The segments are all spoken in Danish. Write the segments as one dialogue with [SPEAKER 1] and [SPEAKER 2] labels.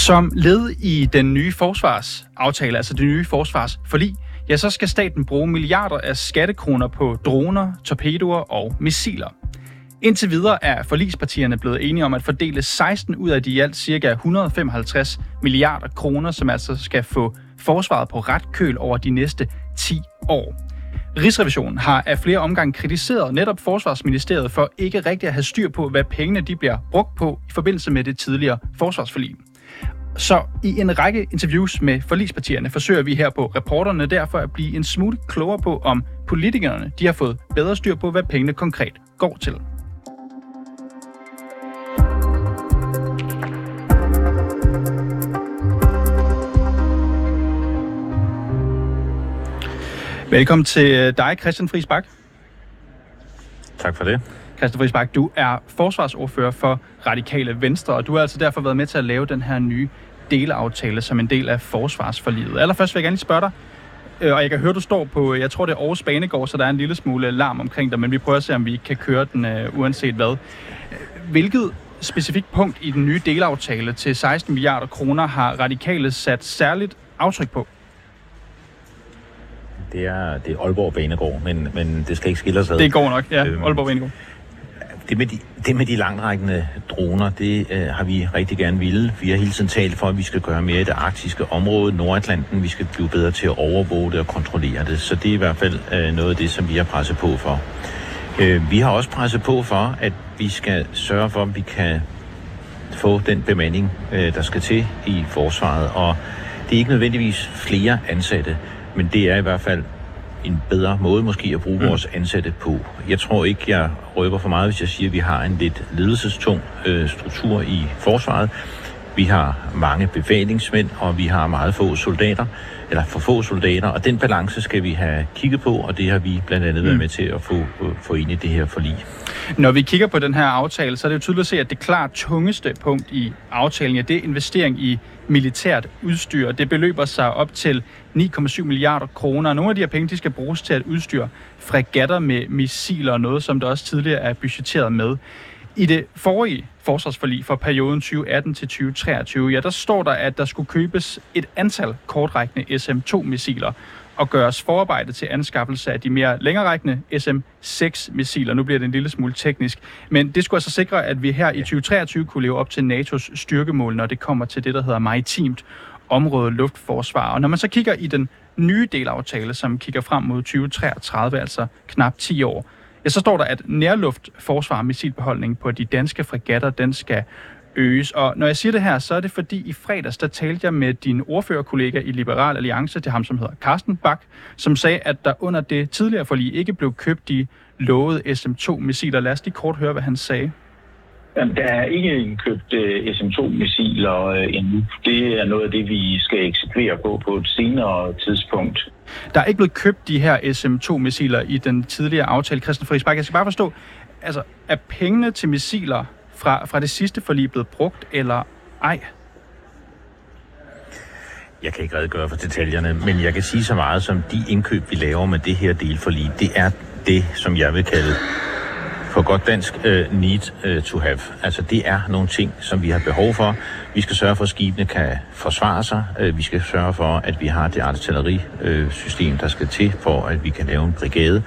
[SPEAKER 1] Som led i den nye forsvarsaftale, altså det nye forsvarsforlig, ja, så skal staten bruge milliarder af skattekroner på droner, torpedoer og missiler. Indtil videre er forligspartierne blevet enige om at fordele 16 ud af de i alt ca. 155 milliarder kroner, som altså skal få forsvaret på ret køl over de næste 10 år. Rigsrevisionen har af flere omgange kritiseret netop Forsvarsministeriet for ikke rigtig at have styr på, hvad pengene de bliver brugt på i forbindelse med det tidligere forsvarsforlig. Så i en række interviews med forligspartierne forsøger vi her på Reporterne derfor at blive en smule klogere på, om politikerne de har fået bedre styr på, hvad pengene konkret går til. Velkommen til dig, Christian Friis Bach.
[SPEAKER 2] Tak for det.
[SPEAKER 1] Christian Friis Bach, du er forsvarsordfører for Radikale Venstre, og du har altså derfor været med til at lave den her nye delaftale som en del af forsvarsforliget. Allerførst vil jeg gerne lige spørge dig, og jeg kan høre, du står på, jeg tror det er Aarhus Banegård, så der er en lille smule larm omkring dig, men vi prøver at se, om vi kan køre den uanset hvad. Hvilket specifikt punkt i den nye delaftale til 16 milliarder kroner har Radikale sat særligt aftryk på?
[SPEAKER 2] Det er Aalborg Banegård, men det skal ikke skille os ad.
[SPEAKER 1] Det går nok, ja. Aalborg Banegård.
[SPEAKER 2] Det med de langtrækkende droner, det har vi rigtig gerne ville. Vi har hele tiden talt for, at vi skal gøre mere i det arktiske område, Nordatlanten. Vi skal blive bedre til at overvåge det og kontrollere det. Så det er i hvert fald noget af det, som vi har presset på for. Vi har også presset på for, at vi skal sørge for, at vi kan få den bemanding, der skal til i forsvaret. Og det er ikke nødvendigvis flere ansatte, men det er i hvert fald en bedre måde måske at bruge vores ansatte på. Jeg tror ikke, jeg røber for meget, hvis jeg siger, at vi har en lidt ledelsestung struktur i forsvaret. Vi har mange befalingsmænd, og vi har meget få soldater, eller for få soldater, og den balance skal vi have kigget på, og det har vi blandt andet været med til at få ind i det her forlig.
[SPEAKER 1] Når vi kigger på den her aftale, så er det jo tydeligt at se, at det klart tungeste punkt i aftalen, ja, det er investering i militært udstyr. Det beløber sig op til 9,7 milliarder kroner. Nogle af de her penge, de skal bruges til at udstyre fregatter med missiler og noget, som der også tidligere er budgetteret med. I det forrige forsvarsforlig for perioden 2018 til 2023, ja, der står der, at der skulle købes et antal kortrækkende SM-2-missiler og gøres forarbejde til anskaffelse af de mere længerækkende SM-6-missiler. Nu bliver det en lille smule teknisk, men det skulle altså sikre, at vi her i 2023 kunne leve op til NATO's styrkemål, når det kommer til det, der hedder maritimt område luftforsvar. Og når man så kigger i den nye delaftale, som kigger frem mod 2033, altså knap 10 år, ja, så står der, at nærluftforsvar og missilbeholdningen på de danske fregatter, den skal øges. Og når jeg siger det her, så er det fordi i fredags, der talte jeg med din ordførerkollega i Liberal Alliance, til ham som hedder Carsten Bach, som sagde, at der under det tidligere forlig ikke blev købt de lovede SM-2-missiler. Lad os lige kort høre, hvad han sagde.
[SPEAKER 3] Jamen, der er ikke købt SM-2-missiler endnu. Det er noget af det, vi skal eksekvere på et senere tidspunkt.
[SPEAKER 1] Der er ikke blevet købt de her SM-2-missiler i den tidligere aftale. Christian Friis Bach, jeg skal bare forstå, altså er pengene til missiler fra det sidste forlig blevet brugt, eller ej?
[SPEAKER 2] Jeg kan ikke redegøre for detaljerne, men jeg kan sige så meget som de indkøb, vi laver med det her delforlig, det er det, som jeg vil kalde på godt dansk need to have. Altså det er nogle ting, som vi har behov for. Vi skal sørge for, at skibene kan forsvare sig. Vi skal sørge for, at vi har det artillerisystem, der skal til, for at vi kan lave en brigade.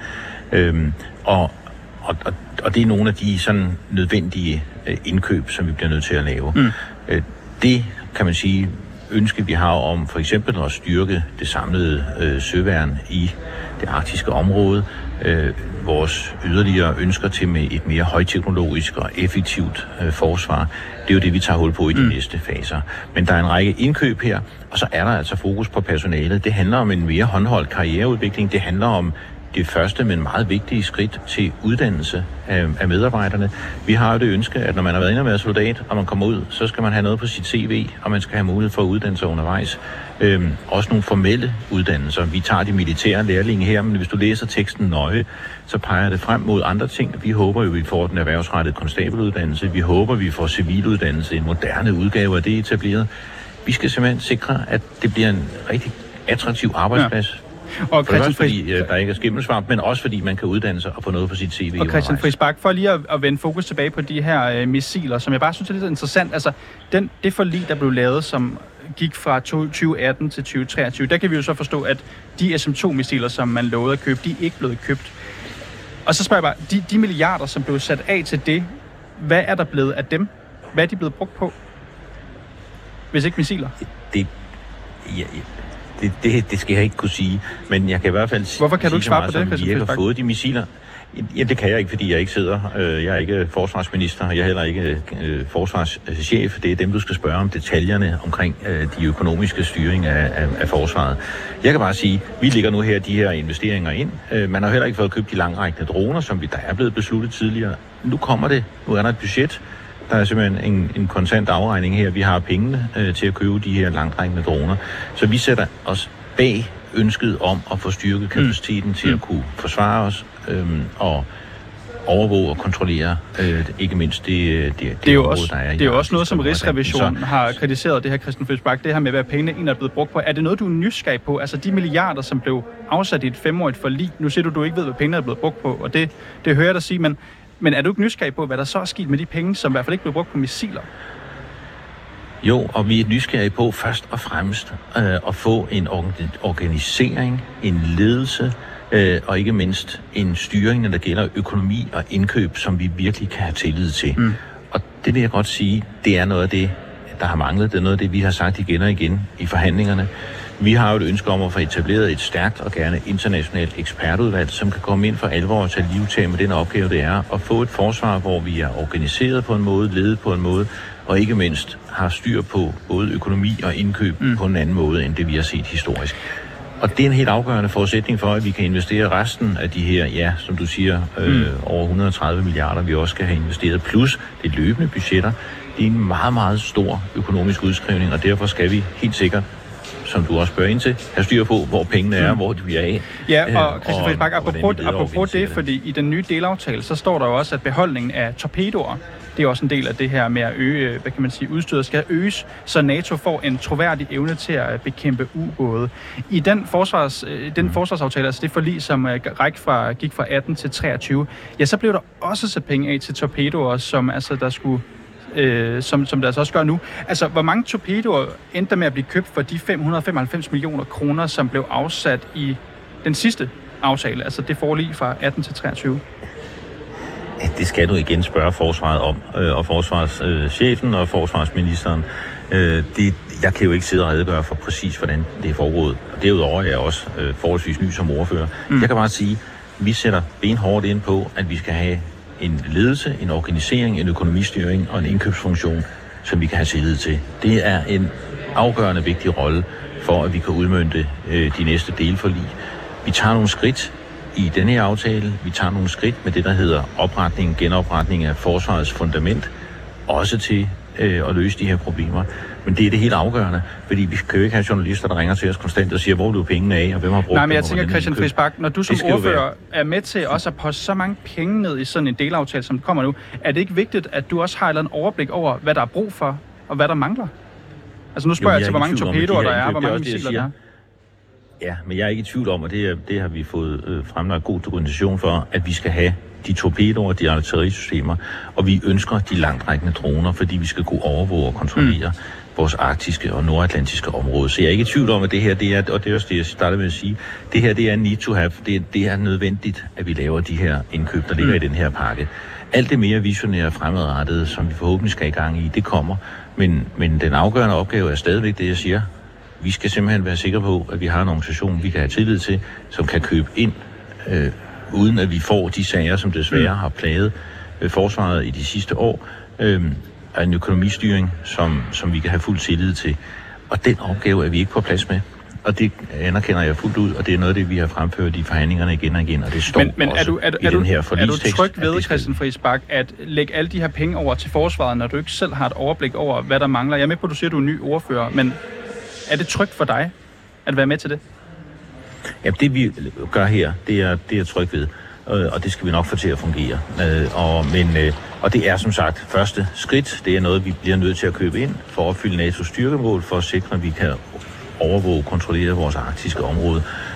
[SPEAKER 2] Og det er nogle af de sådan nødvendige indkøb, som vi bliver nødt til at lave. Det kan man sige, ønske vi har om for eksempel at styrke det samlede søværn i det arktiske område. Vores yderligere ønsker til med et mere højteknologisk og effektivt forsvar. Det er jo det, vi tager hul på i de næste faser. Men der er en række indkøb her, og så er der altså fokus på personalet. Det handler om en mere håndholdt karriereudvikling. Det handler om det første, men meget vigtige skridt til uddannelse af medarbejderne. Vi har jo det ønske, at når man har været inde og været soldat, og man kommer ud, så skal man have noget på sit CV, og man skal have mulighed for at uddanne sig undervejs. Også nogle formelle uddannelser. Vi tager de militære lærlinge her, men hvis du læser teksten nøje, så peger det frem mod andre ting. Vi håber jo, vi får den erhvervsrettede konstabeluddannelse. Vi håber, vi får civiluddannelse, en moderne udgave af det etableret. Vi skal simpelthen sikre, at det bliver en rigtig attraktiv arbejdsplads.
[SPEAKER 1] Og
[SPEAKER 2] for først, fordi der ikke er skimmelsvamp, men også fordi man kan uddanne sig og få noget på sit CV.
[SPEAKER 1] Og Christian Friis Bach, for lige at vende fokus tilbage på de her missiler, som jeg bare synes er lidt interessant. Altså, det forlig, der blev lavet, som gik fra 2018 til 2023, der kan vi jo så forstå, at de SM-2-missiler, som man lovede at købe, de er ikke blevet købt. Og så spørger jeg bare, de milliarder, som blev sat af til det, hvad er der blevet af dem? Hvad er de blevet brugt på? Hvis ikke missiler?
[SPEAKER 2] Det skal jeg ikke kunne sige, men jeg kan i hvert fald sige...
[SPEAKER 1] Hvorfor kan du ikke svare på det,
[SPEAKER 2] Christian? Jeg har fået de missiler. Ja, det kan jeg ikke, fordi jeg ikke sidder. Jeg er ikke forsvarsminister, og jeg er heller ikke forsvarschef. Det er dem, du skal spørge om detaljerne omkring de økonomiske styring af forsvaret. Jeg kan bare sige, vi ligger nu her de her investeringer ind. Man har heller ikke fået købt de langrækkende droner, som der er blevet besluttet tidligere. Nu kommer det. Nu er der et budget. Der er simpelthen en kontant afregning her. Vi har pengene til at købe de her langrækkende droner. Så vi sætter os bag ønsket om at få styrket kapaciteten til at kunne forsvare os og overvåge og kontrollere ikke mindst det område, der er i.
[SPEAKER 1] Det er jo også noget, som Rigsrevisionen har kritiseret, det her Christian Friis Bach, det her med, hvad pengene egentlig er blevet brugt på. Er det noget, du er nysgerrig på? Altså de milliarder, som blev afsat i et 5-årigt forlig. Nu siger du ikke ved, hvad pengene er blevet brugt på, og det hører jeg dig sige, men er du ikke nysgerrig på, hvad der så er sket med de penge, som i hvert fald ikke blev brugt på missiler?
[SPEAKER 2] Jo, og vi er nysgerrige på først og fremmest at få en organisering, en ledelse og ikke mindst en styring, når der gælder økonomi og indkøb, som vi virkelig kan have tillid til. Og det vil jeg godt sige, det er noget af det, der har manglet. Det er noget af det, vi har sagt igen og igen i forhandlingerne. Vi har jo et ønske om at få etableret et stærkt og gerne internationalt ekspertudvalg, som kan komme ind for alvor og tage livtag med den opgave, det er at få et forsvar, hvor vi er organiseret på en måde, ledet på en måde, og ikke mindst har styr på både økonomi og indkøb på en anden måde, end det vi har set historisk. Og det er en helt afgørende forudsætning for, at vi kan investere resten af de her, ja, som du siger, over 130 milliarder, vi også skal have investeret, plus det løbende budgetter. Det er en meget, meget stor økonomisk udskrivning, og derfor skal vi helt sikkert, som du også spørger ind til, have styr på, hvor pengene er, hvor de er af.
[SPEAKER 1] Ja, og Christian Friis Bach, apropos det, fordi i den nye delaftale, så står der jo også, at beholdningen af torpedoer, det er også en del af det her med at øge, hvad kan man sige, udstyret skal øges, så NATO får en troværdig evne til at bekæmpe ubåde. I den forsvarsaftale, altså det forlig, som gik fra 18 til 23, ja, så blev der også sat penge af til torpedoer, som altså der skulle som der altså også gør nu. Altså, hvor mange torpedoer endte der med at blive købt for de 595 millioner kroner, som blev afsat i den sidste aftale, altså det forlig fra 18 til 23?
[SPEAKER 2] Det skal du igen spørge forsvaret om, og forsvarschefen og forsvarsministeren. Jeg kan jo ikke sidde og redegøre for præcis, hvordan det er foregået. Derudover er jeg også forholdsvis ny som ordfører. Jeg kan bare sige, at vi sætter benhårdt ind på, at vi skal have en ledelse, en organisering, en økonomistyring og en indkøbsfunktion, som vi kan have tillid til. Det er en afgørende vigtig rolle for, at vi kan udmønte de næste delforlig. Vi tager nogle skridt i denne her aftale. Vi tager nogle skridt med det, der hedder genopretning af forsvarets fundament, også til at løse de her problemer. Men det er det helt afgørende, fordi vi kan jo ikke have journalister, der ringer til os konstant og siger, hvor du pengene af, og hvem har brugt dem.
[SPEAKER 1] Nej, men jeg tænker, Christian Friis Bach, når du som ordfører er med til også at poste så mange penge ned i sådan en delaftale, som kommer nu, er det ikke vigtigt, at du også har et eller andet overblik over, hvad der er brug for, og hvad der mangler? Altså nu spørger jeg til, hvor mange torpedoer der er, hvor mange missiler der er.
[SPEAKER 2] Ja, men jeg er ikke i tvivl om, og det har vi fået fremlagt god dokumentation for, at vi skal have de torpedoer, de artillerisystemer, og vi ønsker de langtrækkende droner, fordi vi skal kunne overvåge og kontrollere vores arktiske og nordatlantiske område. Så jeg er ikke i tvivl om, at det her, det er, og det er også det, jeg startede med at sige, det her, det er need to have. Det er nødvendigt, at vi laver de her indkøb, der ligger i den her pakke. Alt det mere visionære fremadrettede, som vi forhåbentlig skal i gang i, det kommer. Men den afgørende opgave er stadigvæk det, jeg siger. Vi skal simpelthen være sikre på, at vi har en organisation, vi kan have tillid til, som kan købe ind, uden at vi får de sager, som desværre har plaget forsvaret i de sidste år, af en økonomistyring, som vi kan have fuld tillid til. Og den opgave er vi ikke på plads med. Og det anerkender jeg fuldt ud, og det er noget af det, vi har fremført i forhandlingerne igen og igen, og det står men også i den her forligstekst.
[SPEAKER 1] Er du tryg ved, Christian Friis Bach, at lægge alle de her penge over til forsvaret, når du ikke selv har et overblik over, hvad der mangler? Jeg er med på, at du siger, at du er ny ordfører, men er det trygt for dig at være med til det?
[SPEAKER 2] Ja, det vi gør her, det er jeg tryg ved, og det skal vi nok få til at fungere. Og det er som sagt første skridt. Det er noget, vi bliver nødt til at købe ind for at opfylde NATO's styrkemål, for at sikre, at vi kan overvåge og kontrollere vores arktiske område.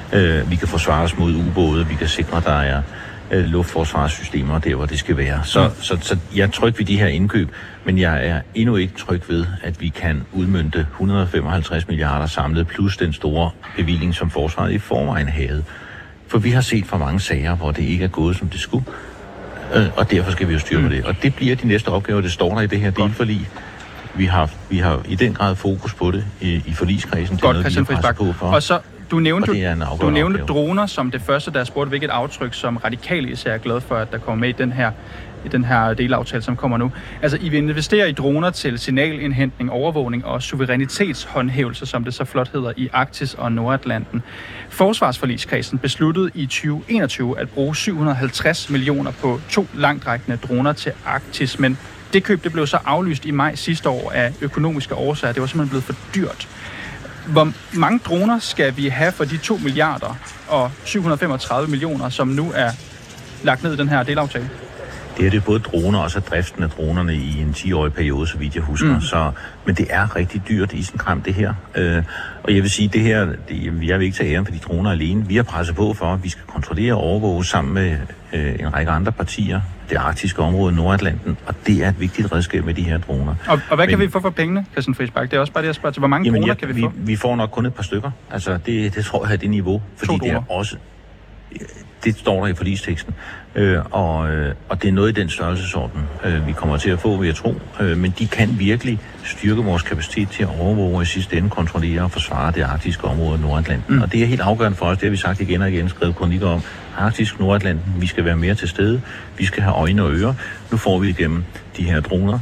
[SPEAKER 2] Vi kan forsvare os mod ubåde, vi kan sikre, at der er luftforsvarssystemer der, hvor det skal være. Så jeg er tryg ved de her indkøb, men jeg er endnu ikke tryg ved, at vi kan udmønte 155 milliarder samlet, plus den store bevilling, som forsvaret i forvejen havde. For vi har set for mange sager, hvor det ikke er gået, som det skulle, og derfor skal vi jo styre på det. Og det bliver de næste opgaver, det står der i det her delforlig. Vi har i den grad fokus på det i forligskredsen.
[SPEAKER 1] Godt, Christian Friis Bach. Og så du nævnte droner som det første, der spurgte, hvilket aftryk, som Radikale især er glad for, at der kommer med i den her delaftale, som kommer nu. Altså, I vil investere i droner til signalindhentning, overvågning og suverænitetshåndhævelse, som det så flot hedder, i Arktis og Nordatlanten. Forsvarsforligskredsen besluttede i 2021 at bruge 750 millioner på 2 langtrækkende droner til Arktis, men det køb blev så aflyst i maj sidste år af økonomiske årsager. Det var simpelthen blevet for dyrt. Hvor mange droner skal vi have for de 2 milliarder og 735 millioner, som nu er lagt ned i den her delaftale?
[SPEAKER 2] Det er både droner og så driften af dronerne i en 10-årig periode, så vidt jeg husker. Men det er rigtig dyrt isenkram, det her. Og jeg vil sige, det her, jeg vil ikke tage æren for de droner alene. Vi har presset på for, at vi skal kontrollere og overvåge sammen med en række andre partier, det arktiske område, Nordatlanten, og det er et vigtigt redskab med de her droner.
[SPEAKER 1] Og hvad kan vi få for pengene, Christian Friis Bach? Det er også bare det, jeg spørger til. Hvor mange droner kan vi få?
[SPEAKER 2] Vi får nok kun et par stykker. Altså, det tror jeg er det niveau. Fordi det er også... Det står der i forligsteksten, og det er noget i den størrelsesorden, vi kommer til at få, vil jeg tro. Men de kan virkelig styrke vores kapacitet til at overvåge og i sidste ende kontrollere og forsvare det arktiske område Nordatlanten. Og det er helt afgørende for os, det har vi sagt igen og igen, skrevet kronikker om. Arktisk Nordatlanten, vi skal være mere til stede, vi skal have øjne og ører. Nu får vi igennem de her droner,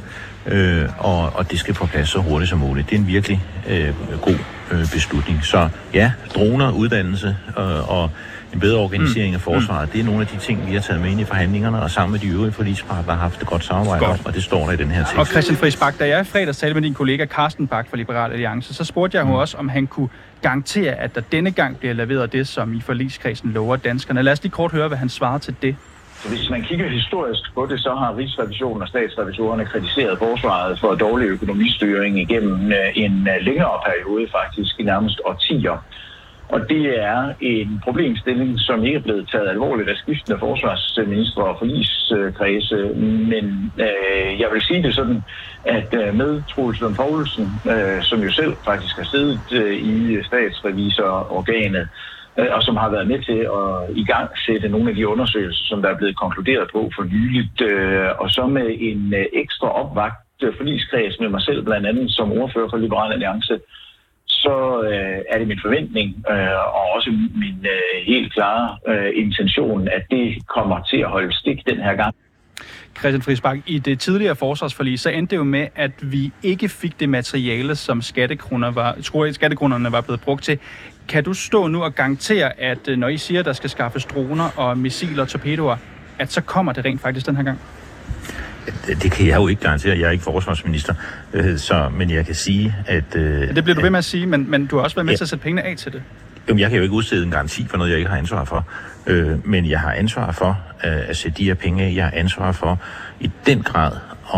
[SPEAKER 2] og det skal på plads så hurtigt som muligt. Det er en virkelig god beslutning. Så ja, droner, uddannelse og en bedre organisering af forsvaret, det er nogle af de ting, vi har taget med ind i forhandlingerne, og sammen med de øvrige forligspartnere har haft et godt samarbejde om, og det står der i den her tekst.
[SPEAKER 1] Og Christian Friis Bach, da jeg i fredags talte med din kollega Carsten Bach fra Liberal Alliance, så spurgte jeg jo også, om han kunne garantere, at der denne gang bliver leveret det, som i forligskredsen lover danskerne. Lad os lige kort høre, hvad han svarede til det.
[SPEAKER 3] Så hvis man kigger historisk på det, så har Rigsrevisionen og statsrevisorerne kritiseret forsvaret for dårlig økonomistyring igennem en længere periode, faktisk i nærmest årtier. Og det er en problemstilling, som ikke er blevet taget alvorligt af skiftende forsvarsministre og forligskredse. Men jeg vil sige det sådan, at med Troels Lund Poulsen, som jo selv faktisk har siddet i statsrevisororganet, og som har været med til at igangsætte nogle af de undersøgelser, som der er blevet konkluderet på for nyligt, og så med en ekstra opvagt forligskreds med mig selv blandt andet som ordfører for Liberal Alliance, så er det min forventning og også min helt klare intention, at det kommer til at holde stik den her gang.
[SPEAKER 1] Christian Friis Bach, i det tidligere forsvarsforlig, så endte det jo med, at vi ikke fik det materiale, som skattekronerne var blevet brugt til. Kan du stå nu og garantere, at når I siger, at der skal skaffes droner og missiler og torpedoer, at så kommer det rent faktisk den her gang?
[SPEAKER 2] Det kan jeg jo ikke garantere. Jeg er ikke forsvarsminister, men jeg kan sige, at...
[SPEAKER 1] det bliver du ved med at sige, men du har også været med til at sætte pengene af til det.
[SPEAKER 2] Jamen, jeg kan jo ikke udstede en garanti for noget, jeg ikke har ansvar for. Men jeg har ansvar for at sætte de her penge af. Jeg har ansvar for i den grad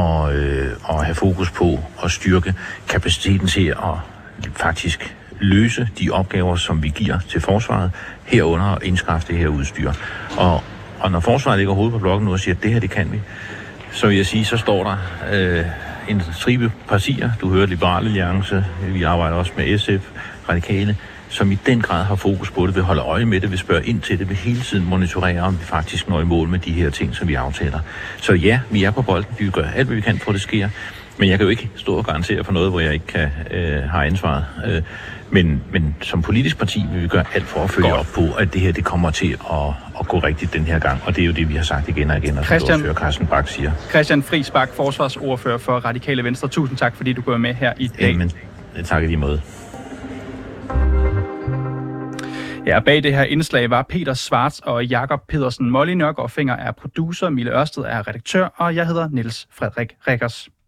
[SPEAKER 2] at have fokus på at styrke kapaciteten til at faktisk løse de opgaver, som vi giver til forsvaret, herunder at indskaffe det her udstyr. Og når forsvaret ligger hovedet på blokken nu og siger, at det her, det kan vi, så vil jeg sige, så står der en stribe partier. Du hører Liberal Alliance, vi arbejder også med SF, Radikale, som i den grad har fokus på det, vil holde øje med det, vil spørge ind til det, vil hele tiden monitorere, om vi faktisk når i mål med de her ting, som vi aftaler. Så ja, vi er på bolden, vi gør alt, hvad vi kan for, at det sker, men jeg kan jo ikke stå og garantere for noget, hvor jeg ikke har ansvaret. Men som politisk parti vil vi gøre alt for at følge op på, at det her det kommer til at gå rigtigt den her gang, og det er jo det, vi har sagt igen og igen, og som ordfører Carsten Bach siger.
[SPEAKER 1] Christian Friis Bach, forsvarsordfører for Radikale Venstre. Tusind tak, fordi du går med her i dag.
[SPEAKER 2] Jamen, tak i lige måde.
[SPEAKER 1] Ja, bag det her indslag var Peter Schwartz og Jakob Pedersen. Molly Nørgaard Finger er producer, Mille Ørsted er redaktør, og jeg hedder Niels Frederik Rikkers.